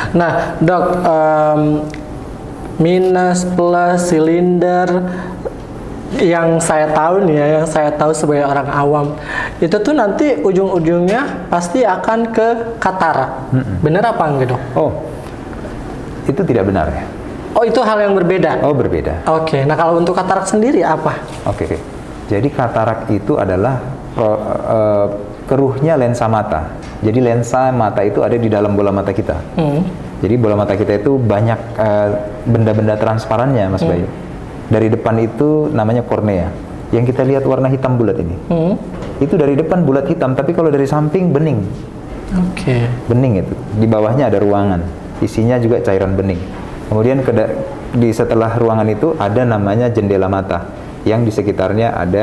Nah, dok, minus plus silinder yang saya tahu nih ya, yang saya tahu sebagai orang awam, itu tuh nanti ujung-ujungnya pasti akan ke katarak. Bener apa enggak, dok? Oh, itu tidak benar ya? Oh, itu hal yang berbeda? Oh, berbeda. Oke, nah kalau untuk katarak sendiri apa? Oke. Jadi katarak itu adalah keruhnya lensa mata. Jadi lensa mata itu ada di dalam bola mata kita. Jadi bola mata kita itu banyak benda-benda transparannya, Mas Bayu. Dari depan itu namanya kornea. Yang kita lihat warna hitam bulat ini. Itu dari depan bulat hitam, tapi kalau dari samping bening. Oke. Bening itu. Di bawahnya ada ruangan. Isinya juga cairan bening. Kemudian di setelah ruangan itu ada namanya jendela mata. Yang di sekitarnya ada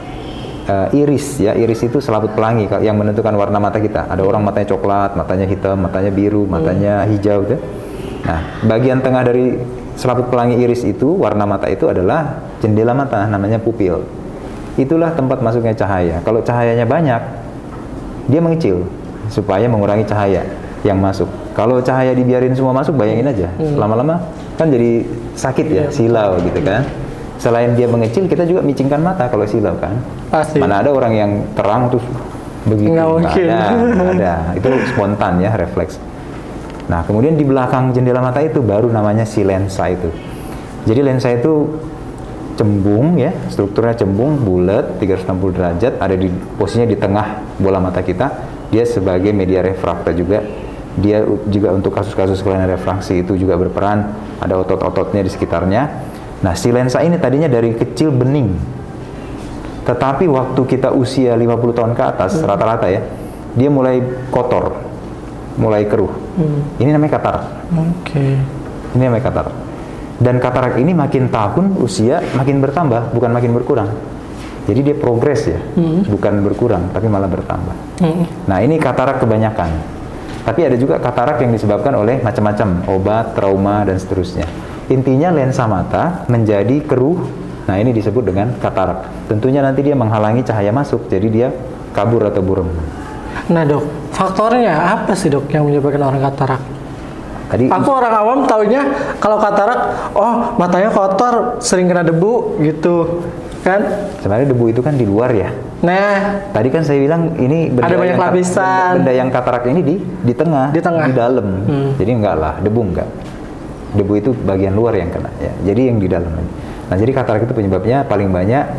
iris ya. Iris itu selaput pelangi yang menentukan warna mata kita. Ada orang matanya coklat, matanya hitam, matanya biru, matanya hijau gitu. Nah, bagian tengah dari selaput pelangi iris itu, warna mata itu adalah jendela mata, namanya pupil. Itulah tempat masuknya cahaya. Kalau cahayanya banyak, dia mengecil supaya mengurangi cahaya yang masuk. Kalau cahaya dibiarin semua masuk, bayangin aja, lama-lama kan jadi sakit ya, silau gitu kan. Selain dia mengecil, kita juga micingkan mata kalau silau kan. Pasti. Mana ada orang yang terang terus begitu? Nggak mungkin. Ada. Itu spontan ya, refleks. Nah, kemudian di belakang jendela mata itu baru namanya si lensa itu. Jadi lensa itu cembung ya, strukturnya cembung, bulat, 360 derajat, ada di posisinya di tengah bola mata kita. Dia sebagai media refraktor juga. Dia juga untuk kasus-kasus kelainan refraksi itu juga berperan, ada otot-ototnya di sekitarnya. Nah, si lensa ini tadinya dari kecil bening. Tetapi waktu kita usia 50 tahun ke atas, rata-rata ya, dia mulai kotor, mulai keruh. Ini namanya katarak. Ini namanya katarak. Dan katarak ini makin tahun usia makin bertambah, bukan makin berkurang. Jadi dia progres ya, bukan berkurang, tapi malah bertambah. Nah, ini katarak kebanyakan. Tapi ada juga katarak yang disebabkan oleh macam-macam obat, trauma, dan seterusnya. Intinya lensa mata menjadi keruh. Nah, ini disebut dengan katarak. Tentunya nanti dia menghalangi cahaya masuk, jadi dia kabur atau buram. Nah, dok, faktornya apa sih, dok, yang menyebabkan orang katarak? Aku orang awam taunya kalau katarak, oh matanya kotor, sering kena debu gitu, kan? Sebenarnya debu itu kan di luar ya. Nah, tadi kan saya bilang ini benda ada banyak lapisan. Benda yang katarak ini di tengah, di dalam. Jadi enggak lah, debu enggak. Debu itu bagian luar yang kena ya. Jadi yang di dalam. Nah, jadi katarak itu penyebabnya paling banyak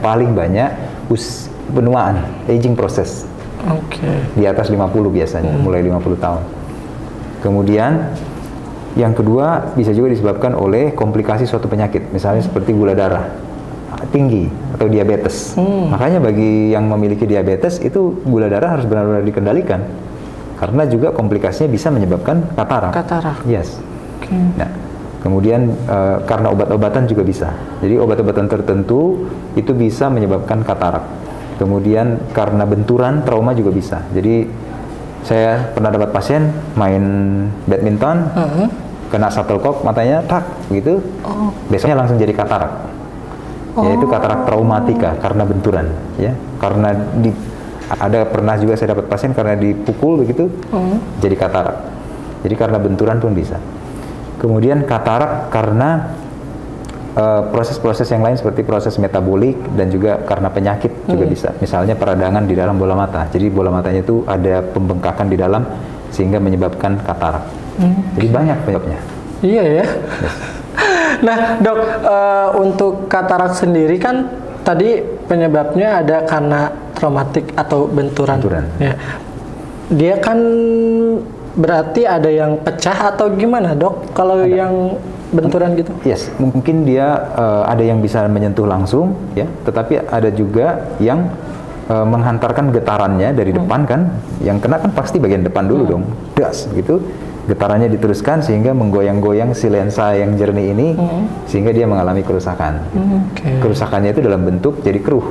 penuaan, aging process. Di atas 50 biasanya, mulai 50 tahun. Kemudian yang kedua bisa juga disebabkan oleh komplikasi suatu penyakit, misalnya seperti gula darah tinggi atau diabetes. Makanya bagi yang memiliki diabetes itu gula darah harus benar-benar dikendalikan, karena juga komplikasinya bisa menyebabkan katarak. Yes. Nah, kemudian karena obat-obatan juga bisa. Jadi obat-obatan tertentu itu bisa menyebabkan katarak. Kemudian karena benturan, trauma juga bisa. Jadi saya pernah dapat pasien main badminton, kena shuttlecock matanya, tak gitu, besoknya langsung jadi katarak. Yaitu katarak traumatika karena benturan, ya. Karena ada pernah juga saya dapat pasien karena dipukul begitu, jadi katarak. Jadi karena benturan pun bisa. Kemudian katarak karena proses-proses yang lain seperti proses metabolik dan juga karena penyakit juga bisa. Misalnya peradangan di dalam bola mata. Jadi bola matanya itu ada pembengkakan di dalam sehingga menyebabkan katarak. Jadi banyak penyebabnya. Iya ya. Nah, dok, untuk katarak sendiri kan tadi penyebabnya ada karena traumatik atau benturan. Ya. Dia kan berarti ada yang pecah atau gimana, dok? Kalau yang benturan gitu? Yes, mungkin dia ada yang bisa menyentuh langsung, ya. Tetapi ada juga yang menghantarkan getarannya dari depan kan. Yang kena kan pasti bagian depan dulu dong, das gitu. Getarannya diteruskan sehingga menggoyang-goyang si lensa yang jernih ini, sehingga dia mengalami kerusakan. Kerusakannya itu dalam bentuk jadi keruh.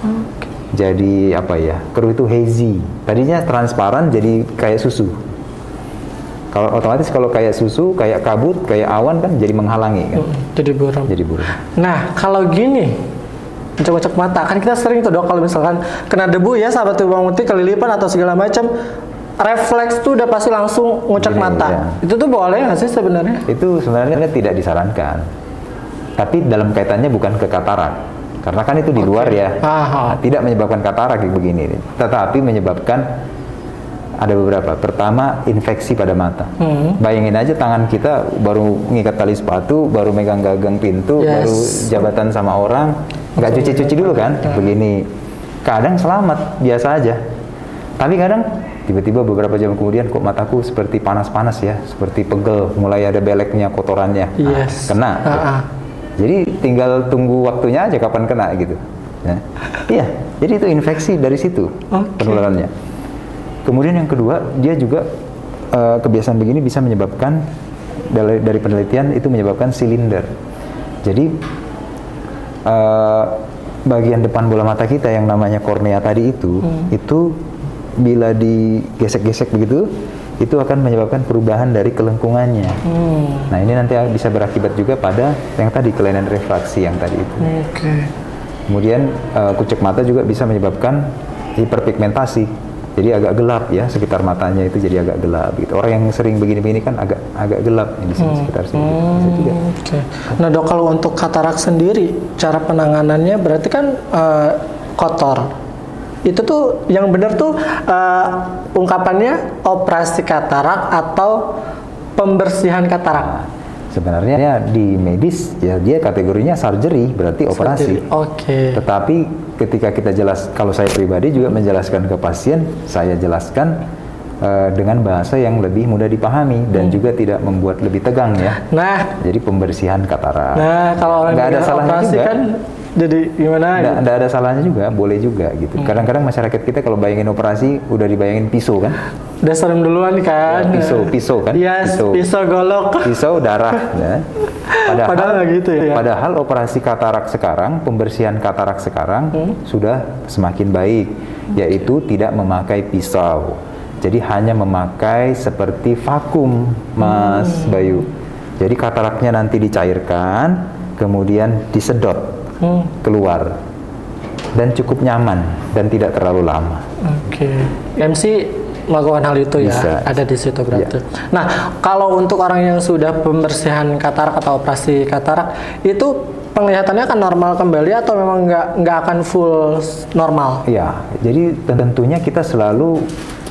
Jadi apa ya? Keruh itu hazy. Tadinya transparan jadi kayak susu. Kalau otomatis kalau kayak susu, kayak kabut, kayak awan kan jadi menghalangi kan. Jadi buram. Jadi buram. Nah, kalau gini, ngecek mata kan kita sering tuh, dok, kalau misalkan kena debu ya, sahabat Tuh Bang Muti, kelilipan atau segala macam, refleks tuh udah pasti langsung ngucek mata. Ya. Itu tuh boleh nggak sih sebenarnya? Itu sebenarnya tidak disarankan. Tapi dalam kaitannya bukan ke katarak. Karena kan itu di luar ya. Nah, tidak menyebabkan katarak kayak begini. Tetapi menyebabkan ada beberapa. Pertama, infeksi pada mata. Bayangin aja tangan kita baru ngikat tali sepatu, baru megang gagang pintu, baru jabatan sama orang, nggak cuci-cuci dulu kan? Begini. Kadang selamat, biasa aja. Tapi kadang tiba-tiba beberapa jam kemudian kok mataku seperti panas-panas ya, seperti pegel, mulai ada beleknya, kotorannya. Kena. Jadi tinggal tunggu waktunya aja kapan kena gitu. Iya, jadi itu infeksi dari situ penularannya. Kemudian yang kedua, dia juga kebiasaan begini bisa menyebabkan dari penelitian itu menyebabkan silinder. Jadi bagian depan bola mata kita yang namanya kornea tadi itu bila digesek-gesek begitu, itu akan menyebabkan perubahan dari kelengkungannya. Nah ini nanti bisa berakibat juga pada yang tadi kelainan refraksi yang tadi itu. Kemudian kucek mata juga bisa menyebabkan hiperpigmentasi. Jadi agak gelap ya sekitar matanya itu jadi agak gelap gitu. Orang yang sering begini-begini kan agak gelap di sekitar sini. Nah dok, kalau untuk katarak sendiri cara penanganannya berarti kan kotor. Itu tuh yang benar tuh ungkapannya operasi katarak atau pembersihan katarak. Sebenarnya di medis ya dia kategorinya surgery, berarti operasi. Tetapi ketika kita kalau saya pribadi juga menjelaskan ke pasien, saya jelaskan dengan bahasa yang lebih mudah dipahami dan juga tidak membuat lebih tegang ya. Jadi pembersihan katarak. Nah, kalau orang nggak ada salahnya operasi juga. Kan jadi gimana? Nggak ada salahnya juga, boleh juga gitu. Kadang-kadang masyarakat kita kalau bayangin operasi udah dibayangin pisau kan? Udah serem duluan kan? Ya, pisau kan? Pisau golok. Pisau darah. Ya. Padahal gitu ya. Padahal operasi katarak sekarang, pembersihan katarak sekarang sudah semakin baik, yaitu tidak memakai pisau. Jadi hanya memakai seperti vakum, Mas Bayu. Jadi kataraknya nanti dicairkan, kemudian disedot keluar dan cukup nyaman dan tidak terlalu lama. MC melakukan hal itu bisa. Ada di situ berarti. Nah, kalau untuk orang yang sudah pembersihan katarak atau operasi katarak itu penglihatannya akan normal kembali atau memang nggak akan full normal? Iya, jadi tentunya kita selalu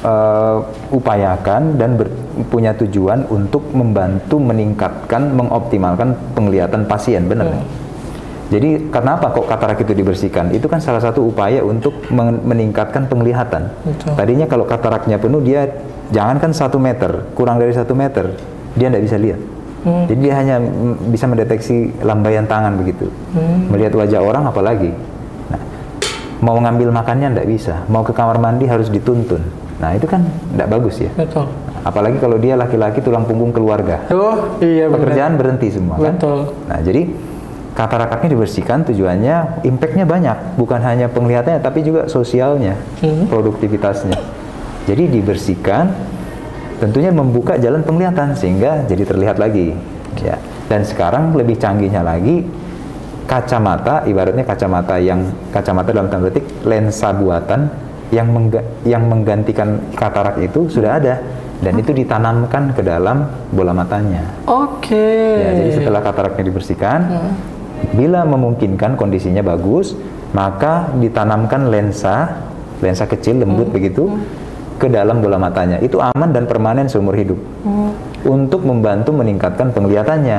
upayakan dan punya tujuan untuk membantu meningkatkan, mengoptimalkan penglihatan pasien, benar. Jadi kenapa kok katarak itu dibersihkan? Itu kan salah satu upaya untuk meningkatkan penglihatan. Tadinya kalau kataraknya penuh, dia jangankan 1 meter, kurang dari 1 meter, dia tidak bisa lihat. Jadi dia hanya bisa mendeteksi lambaian tangan begitu. Melihat wajah orang apalagi. Nah, mau ngambil makannya tidak bisa, mau ke kamar mandi harus dituntun. Nah itu kan tidak bagus ya. Apalagi kalau dia laki-laki tulang punggung keluarga. Pekerjaan berhenti semua kan. Nah jadi kataraknya dibersihkan tujuannya impactnya banyak, bukan hanya penglihatannya tapi juga sosialnya, produktivitasnya. Jadi dibersihkan tentunya membuka jalan penglihatan sehingga jadi terlihat lagi ya. Dan sekarang lebih canggihnya lagi kacamata, ibaratnya kacamata dalam tanda petik lensa buatan yang menggantikan katarak itu sudah ada dan itu ditanamkan ke dalam bola matanya. Ya, jadi setelah kataraknya dibersihkan, bila memungkinkan kondisinya bagus, maka ditanamkan lensa kecil lembut begitu ke dalam bola matanya. Itu aman dan permanen seumur hidup untuk membantu meningkatkan penglihatannya.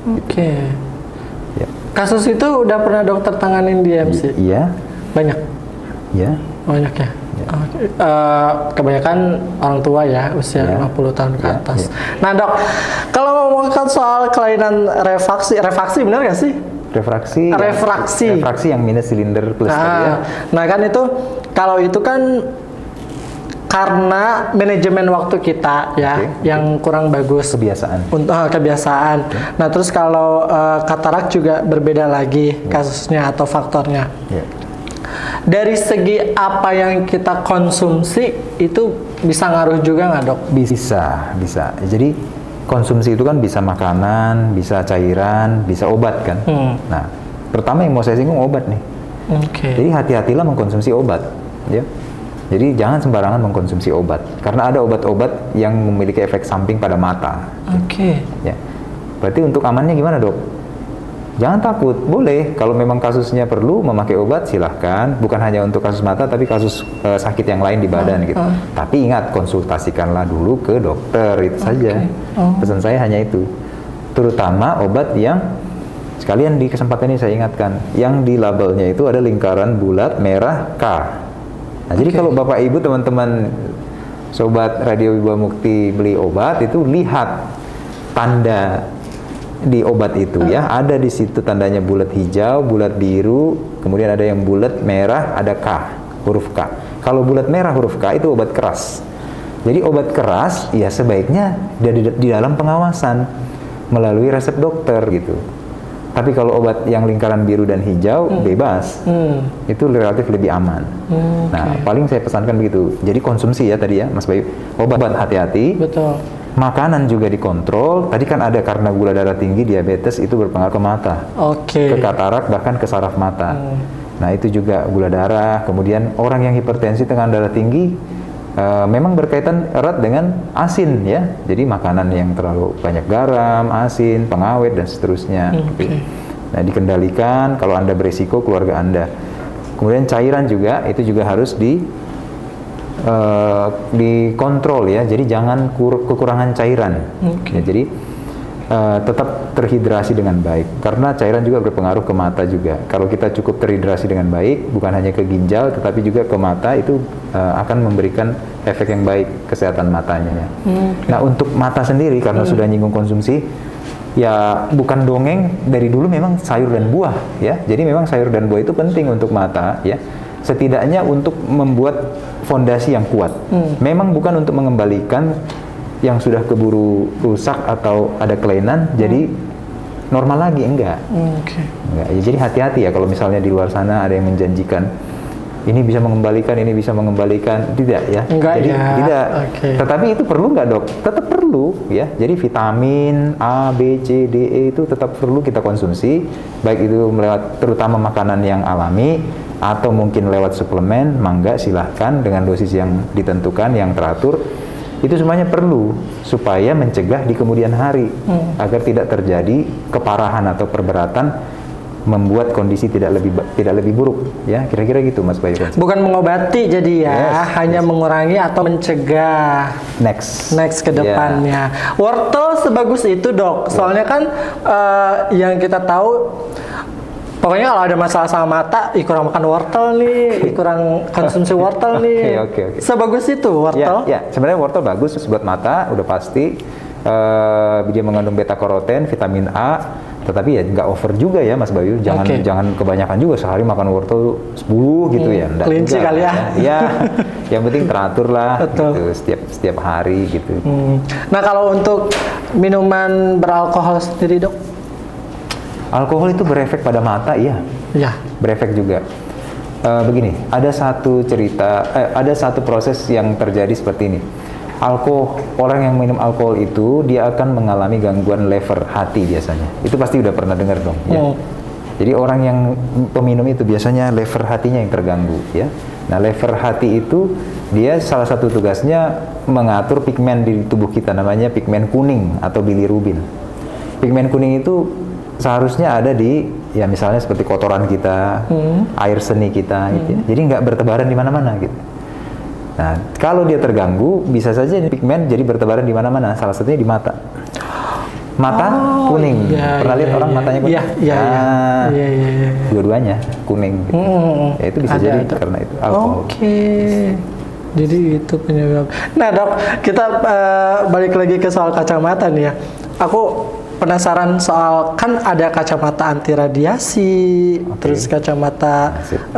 Ya. Kasus itu udah pernah dokter tanganin di MC? Iya. Banyak? Iya. Banyak ya? Kebanyakan orang tua ya, usia 50 tahun ke atas. Nah dok, kalau ngomongin soal kelainan refraksi benar nggak sih? Refraksi yang minus silinder plus tadi ya. Nah kan itu, kalau itu kan karena manajemen waktu kita ya yang kurang bagus, kebiasaan. Nah terus kalau katarak juga berbeda lagi kasusnya atau faktornya. Dari segi apa yang kita konsumsi itu bisa ngaruh juga nggak dok? Bisa. Jadi konsumsi itu kan bisa makanan, bisa cairan, bisa obat kan. Nah, pertama yang mau saya singgung obat nih. Jadi hati-hatilah mengkonsumsi obat. Ya. Jadi jangan sembarangan mengkonsumsi obat, karena ada obat-obat yang memiliki efek samping pada mata. Oke. Ya, berarti untuk amannya gimana, Dok? Jangan takut, boleh. Kalau memang kasusnya perlu memakai obat, silahkan. Bukan hanya untuk kasus mata, tapi kasus sakit yang lain di badan gitu. Tapi ingat, konsultasikanlah dulu ke dokter, itu saja. Pesan saya hanya itu. Terutama obat yang, sekalian di kesempatan ini saya ingatkan, yang di labelnya itu ada lingkaran bulat merah K. Nah, jadi kalau Bapak Ibu teman-teman sobat Radio Wibawa Mukti beli obat itu, lihat tanda di obat itu ya, ada di situ tandanya bulat hijau, bulat biru, kemudian ada yang bulat merah, ada K, huruf K. Kalau bulat merah huruf K itu obat keras. Jadi obat keras ya sebaiknya di dalam pengawasan melalui resep dokter gitu. Tapi kalau obat yang lingkaran biru dan hijau bebas, itu relatif lebih aman. Nah, paling saya pesankan begitu. Jadi konsumsi ya tadi ya, Mas Bayu. Obat hati-hati. Betul. Makanan juga dikontrol. Tadi kan ada karena gula darah tinggi, diabetes itu berpengaruh ke mata, ke katarak, bahkan ke saraf mata. Nah, itu juga gula darah. Kemudian orang yang hipertensi, tekanan darah tinggi, memang berkaitan erat dengan asin ya. Jadi makanan yang terlalu banyak garam, asin, pengawet dan seterusnya. Nah, dikendalikan kalau Anda berisiko, keluarga Anda. Kemudian cairan juga itu juga harus dikontrol ya. Jadi jangan kekurangan cairan. Ya, jadi tetap terhidrasi dengan baik, karena cairan juga berpengaruh ke mata juga. Kalau kita cukup terhidrasi dengan baik, bukan hanya ke ginjal tetapi juga ke mata, itu akan memberikan efek yang baik kesehatan matanya ya. Nah, untuk mata sendiri karena sudah nyinggung konsumsi, ya bukan dongeng, dari dulu memang sayur dan buah ya. Jadi memang sayur dan buah itu penting untuk mata ya. Setidaknya untuk membuat fondasi yang kuat. Memang bukan untuk mengembalikan yang sudah keburu rusak atau ada kelainan jadi normal lagi, enggak. Enggak. Ya, jadi hati-hati ya kalau misalnya di luar sana ada yang menjanjikan ini bisa mengembalikan, ini bisa mengembalikan, tidak ya. Enggak, jadi ya. tidak. Tetapi itu perlu nggak, Dok? Tetap perlu ya. Jadi vitamin A, B, C, D, E itu tetap perlu kita konsumsi, baik itu melewat terutama makanan yang alami atau mungkin lewat suplemen, mangga silahkan dengan dosis yang ditentukan, yang teratur. Itu semuanya perlu supaya mencegah di kemudian hari agar tidak terjadi keparahan atau perberatan, membuat kondisi tidak lebih buruk ya, kira-kira gitu Mas Bayu. Bukan mengobati jadi ya, hanya mengurangi atau mencegah next ke depannya. Wortel sebagus itu, Dok. Soalnya kan yang kita tahu, pokoknya kalau ada masalah sama mata, kurang makan wortel nih, kurang konsumsi wortel nih. Oke. Sebagus itu wortel? Ya, sebenarnya wortel bagus buat mata, udah pasti. Dia mengandung beta karoten, vitamin A, tetapi ya nggak over juga ya Mas Bayu. Jangan kebanyakan juga, sehari makan wortel 10 gitu ya. Kelinci kali ya. Ya, yang penting teratur lah gitu, setiap hari gitu. Nah, kalau untuk minuman beralkohol sendiri, Dok? Alkohol itu berefek pada mata, iya. Berefek juga. Begini, ada satu proses yang terjadi seperti ini. Orang yang minum alkohol itu dia akan mengalami gangguan lever hati biasanya. Itu pasti udah pernah dengar dong. Ya? Jadi orang yang peminum itu biasanya lever hatinya yang terganggu. Ya. Nah, lever hati itu dia salah satu tugasnya mengatur pigmen di tubuh kita, namanya pigmen kuning atau bilirubin. Pigmen kuning itu seharusnya ada di, ya misalnya seperti kotoran kita, air seni kita, gitu ya. Jadi nggak bertebaran di mana-mana gitu. Nah, kalau dia terganggu, bisa saja pigmen jadi bertebaran di mana-mana. Salah satunya di mata. Mata kuning. Pernah lihat orang matanya kuning? Iya. Dua-duanya kuning. Gitu. Ya itu bisa jadi karena itu alkohol. Jadi itu penyebab. Nah, Dok, kita balik lagi ke soal kacamata nih ya. Aku penasaran soal, kan ada kacamata anti radiasi, terus kacamata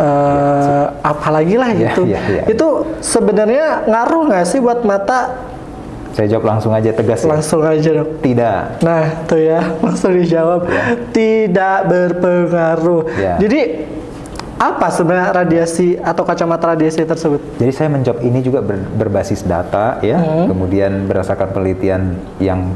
apalagi lah gitu. Itu sebenarnya ngaruh nggak sih buat mata? Saya jawab langsung aja, tegas. Langsung aja, Dok. Tidak. Nah, tuh ya, langsung dijawab. Tidak berpengaruh. Jadi apa sebenarnya radiasi atau kacamata radiasi tersebut? Jadi saya menjawab ini juga berbasis data ya, kemudian berdasarkan penelitian yang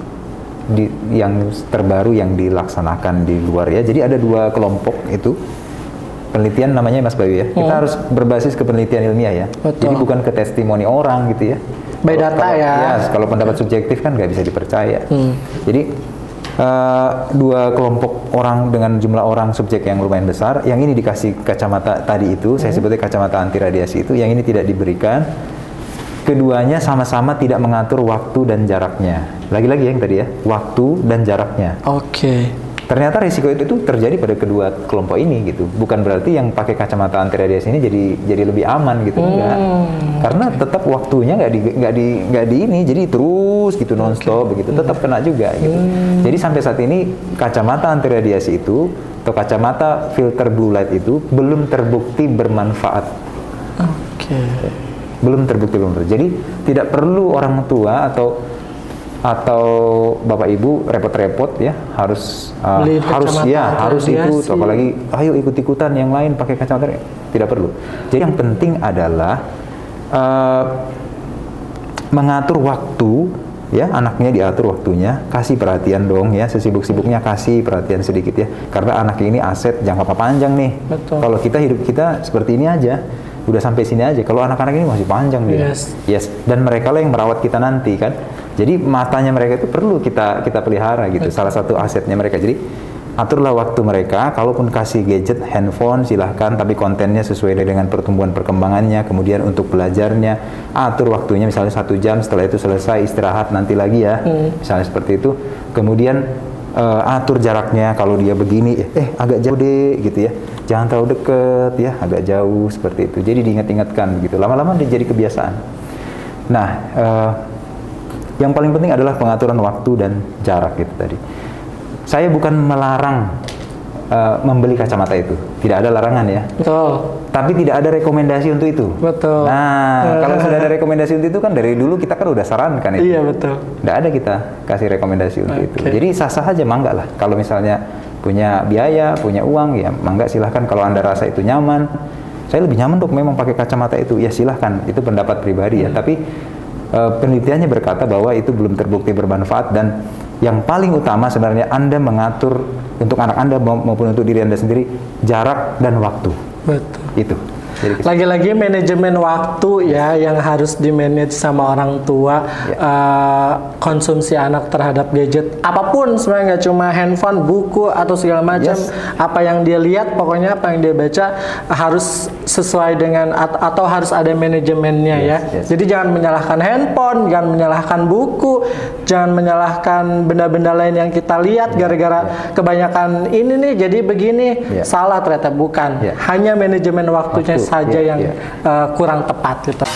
terbaru yang dilaksanakan di luar ya. Jadi ada dua kelompok itu penelitian namanya Mas Bayu ya. Kita harus berbasis ke penelitian ilmiah ya. Betul. Jadi bukan ke testimoni orang gitu ya. By data ya. Ya, kalau pendapat subjektif kan nggak bisa dipercaya. Jadi dua kelompok orang dengan jumlah orang subjek yang lumayan besar, yang ini dikasih kacamata tadi itu, saya sebutnya kacamata anti radiasi itu, yang ini tidak diberikan. Keduanya sama-sama tidak mengatur waktu dan jaraknya. Lagi-lagi yang tadi ya, waktu dan jaraknya. Oke. Ternyata risiko itu terjadi pada kedua kelompok ini gitu. Bukan berarti yang pakai kacamata anti radiasi ini jadi lebih aman gitu, enggak. Karena tetap waktunya nggak di ini, jadi terus gitu nonstop begitu, tetap kena juga gitu. Jadi sampai saat ini kacamata anti radiasi itu atau kacamata filter blue light itu belum terbukti bermanfaat. Oke. Belum terbukti. Jadi tidak perlu orang tua atau bapak ibu repot-repot ya harus ikut, apalagi ayo ikut-ikutan yang lain pakai kacamata, tidak perlu. Jadi yang penting adalah mengatur waktu ya, anaknya diatur waktunya, kasih perhatian dong ya, sesibuk-sibuknya kasih perhatian sedikit ya, karena anak ini aset jangka panjang nih. Betul. Kalau hidup kita seperti ini aja, udah sampai sini aja, kalau anak-anak ini masih panjang dia. Yes. Dan mereka lah yang merawat kita nanti kan. Jadi matanya mereka itu perlu kita pelihara gitu. Salah satu asetnya mereka. Jadi aturlah waktu mereka. Kalaupun kasih gadget, handphone silahkan, tapi kontennya sesuai dengan pertumbuhan perkembangannya. Kemudian untuk belajarnya, atur waktunya misalnya 1 jam. Setelah itu selesai istirahat nanti lagi ya. Misalnya seperti itu. Kemudian atur jaraknya. Kalau dia begini, agak jauh deh gitu ya. Jangan terlalu deket ya, agak jauh seperti itu. Jadi diingat-ingatkan gitu. Lama-lama dia jadi kebiasaan. Nah. Yang paling penting adalah pengaturan waktu dan jarak gitu tadi. Saya bukan melarang membeli kacamata itu, tidak ada larangan ya. Betul. Tapi tidak ada rekomendasi untuk itu. Betul. Nah, kalau sudah ada rekomendasi untuk itu kan dari dulu kita kan udah sarankan itu. Iya betul. Tidak ada kita kasih rekomendasi untuk itu. Jadi sah-sah aja, mangga lah. Kalau misalnya punya biaya, punya uang, ya mangga silahkan. Kalau Anda rasa itu nyaman, saya lebih nyaman dok memang pakai kacamata itu, ya silahkan. Itu pendapat pribadi ya. Tapi penelitiannya berkata bahwa itu belum terbukti bermanfaat, dan yang paling utama sebenarnya Anda mengatur untuk anak Anda maupun untuk diri Anda sendiri jarak dan waktu. Betul. Itu. Lagi-lagi manajemen waktu ya yang harus di-manage sama orang tua. Konsumsi anak terhadap gadget apapun sebenarnya, nggak cuma handphone, buku atau segala macam. Apa yang dia lihat, pokoknya apa yang dia baca harus sesuai dengan atau harus ada manajemennya ya. Jadi jangan menyalahkan handphone, jangan menyalahkan buku, jangan menyalahkan benda-benda lain yang kita lihat gara-gara kebanyakan ini nih jadi begini. Salah ternyata bukan. Hanya manajemen waktunya saja yang kurang tepat gitu.